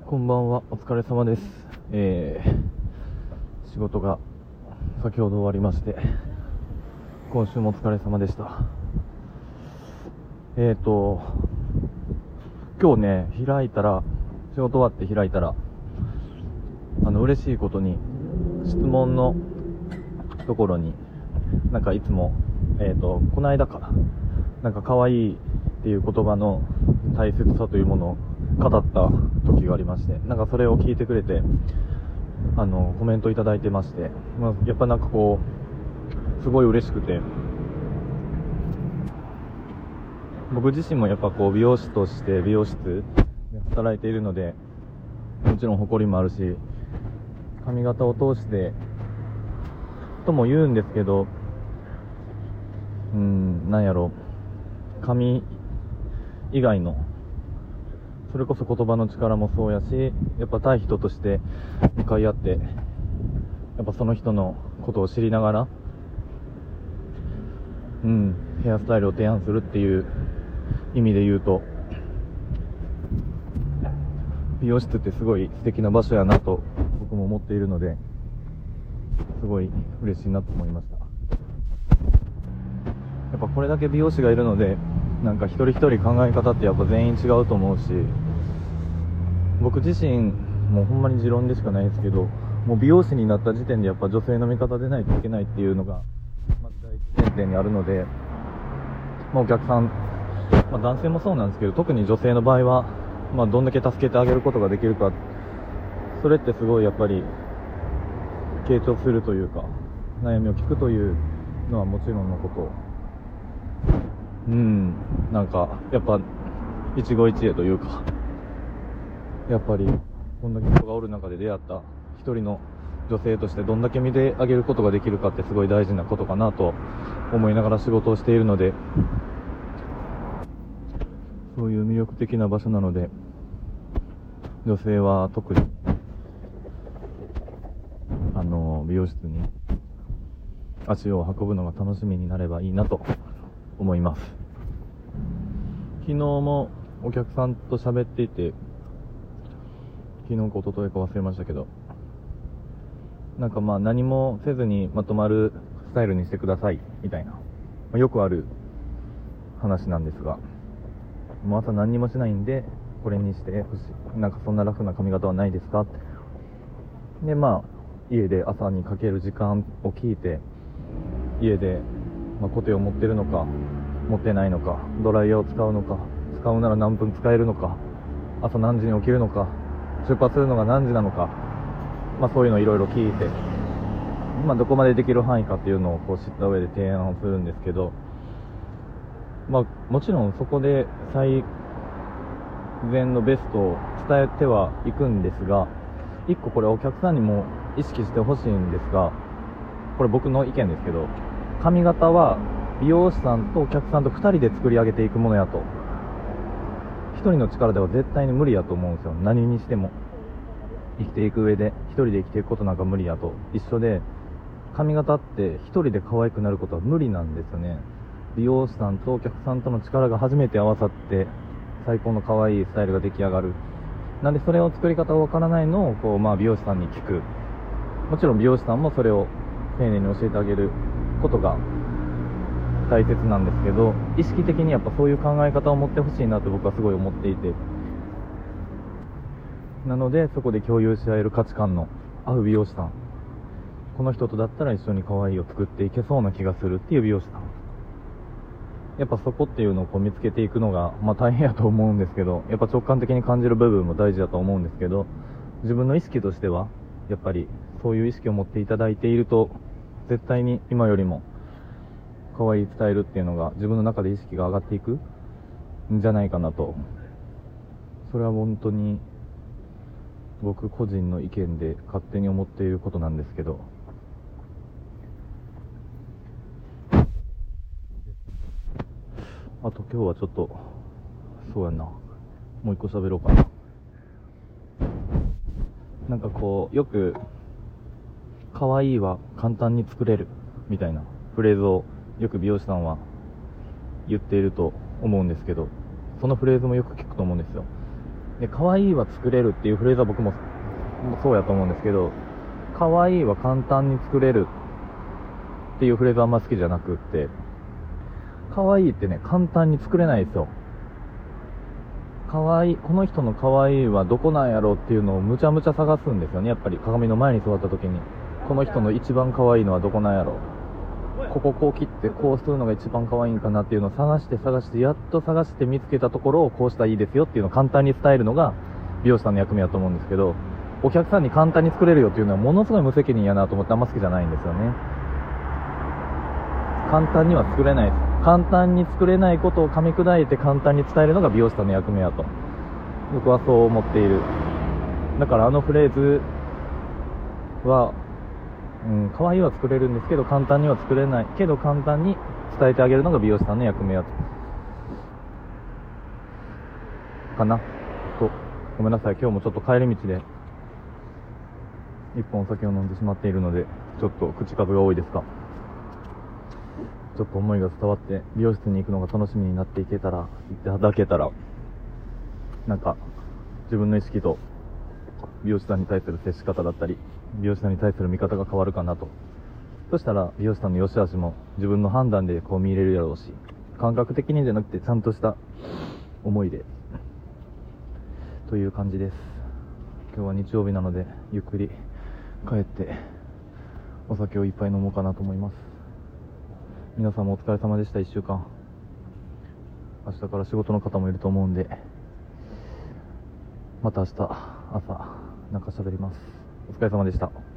こんばんは、お疲れ様です。仕事が先ほど終わりまして、今週もお疲れ様でした。今日ね、仕事終わって開いたら、嬉しいことに、質問のところに、なんかいつも、この間か、なんか可愛いっていう言葉の大切さというものを語った時がありまして、なんかそれを聞いてくれて、コメントいただいてまして、やっぱなんかこう、すごい嬉しくて、僕自身もやっぱこう美容師として美容室で働いているので、もちろん誇りもあるし、髪型を通してとも言うんですけど、なんやろ、髪以外のそれこそ言葉の力もそうやし、やっぱ対人として向かい合って、やっぱその人のことを知りながら、ヘアスタイルを提案するっていう意味で言うと、美容室ってすごい素敵な場所やなと僕も思っているので、すごい嬉しいなと思いました。やっぱこれだけ美容師がいるので、なんか一人一人考え方ってやっぱ全員違うと思うし、僕自身もうほんまに持論でしかないですけど、もう美容師になった時点でやっぱ女性の味方でないといけないっていうのがまず第一前提にあるので、お客さん、男性もそうなんですけど、特に女性の場合は、どんだけ助けてあげることができるか、それってすごいやっぱり傾聴するというか、悩みを聞くというのはもちろんのこと、なんかやっぱ一期一会というか、やっぱりこんだけ人がおる中で出会った一人の女性としてどんだけ見てあげることができるかってすごい大事なことかなと思いながら仕事をしているので、そういう魅力的な場所なので、女性は特に美容室に足を運ぶのが楽しみになればいいなと思います。昨日もお客さんと喋っていて、昨日か一昨日か忘れましたけど、なんか何もせずにまとまるスタイルにしてくださいみたいな、よくある話なんですが、もう朝何にもしないんでこれにしてほしい、なんかそんなラフな髪型はないですかで、家で朝にかける時間を聞いて、家でコテを持ってるのか持ってないのか、ドライヤーを使うのか、使うなら何分使えるのか、朝何時に起きるのか、出発するのが何時なのか、そういうのをいろいろ聞いて、どこまでできる範囲かっていうのをこう知った上で提案をするんですけど、もちろんそこで最善のベストを伝えてはいくんですが、一個これお客さんにも意識してほしいんですが、これ僕の意見ですけど、髪型は美容師さんとお客さんと2人で作り上げていくものやと、1人の力では絶対に無理やと思うんですよ。何にしても生きていく上で1人で生きていくことなんか無理やと一緒で、髪型って1人で可愛くなることは無理なんですよね。美容師さんとお客さんとの力が初めて合わさって最高の可愛いスタイルが出来上がる。なんでそれを作り方がわからないのをこう、美容師さんに聞く。もちろん美容師さんもそれを丁寧に教えてあげることが大切なんですけど、意識的にやっぱそういう考え方を持ってほしいなと僕はすごい思っていて、なのでそこで共有し合える価値観の合う美容師さん、この人とだったら一緒に可愛いを作っていけそうな気がするっていう美容師さん、やっぱそこっていうのをこう見つけていくのが大変やと思うんですけど、やっぱ直感的に感じる部分も大事だと思うんですけど、自分の意識としてはやっぱりそういう意識を持っていただいていると、絶対に今よりも可愛いスタイルっていうのが自分の中で意識が上がっていくんじゃないかなと、それは本当に僕個人の意見で勝手に思っていることなんですけど、あと今日はちょっとそうやな、もう一個喋ろうかな。なんかこうよく可愛いは簡単に作れるみたいなフレーズをよく美容師さんは言っていると思うんですけど、そのフレーズもよく聞くと思うんですよ。 で、可愛いは作れるっていうフレーズは僕もそうやと思うんですけど、可愛いは簡単に作れるっていうフレーズはあんま好きじゃなくって、可愛いってね、簡単に作れないですよ。可愛い、この人の可愛いはどこなんやろうっていうのをむちゃむちゃ探すんですよね。やっぱり鏡の前に座った時に、この人の一番可愛いのはどこなんやろう、こここう切ってこうするのが一番可愛いんかなっていうのを探してやっと探して見つけたところをこうしたらいいですよっていうのを簡単に伝えるのが美容師さんの役目だと思うんですけど、お客さんに簡単に作れるよっていうのはものすごい無責任やなと思ってあんま好きじゃないんですよね。簡単には作れないです。簡単に作れないことを噛み砕いて簡単に伝えるのが美容師さんの役目やと僕はそう思っている。だからあのフレーズは、可愛いは作れるんですけど簡単には作れないけど簡単に伝えてあげるのが美容師さんの役目やとかなと。ごめんなさい、今日もちょっと帰り道で一本お酒を飲んでしまっているのでちょっと口数が多いですが、ちょっと思いが伝わって美容室に行くのが楽しみになっていただけたら、なんか自分の意識と美容師さんに対する接し方だったり美容師さんに対する見方が変わるかなと。そしたら美容師さんの良し悪しも自分の判断でこう見れるやろうし、感覚的にじゃなくてちゃんとした思いでという感じです。今日は日曜日なのでゆっくり帰ってお酒をいっぱい飲もうかなと思います。皆さんもお疲れ様でした。1週間、明日から仕事の方もいると思うんで、また明日朝なんか喋ります。お疲れ様でした。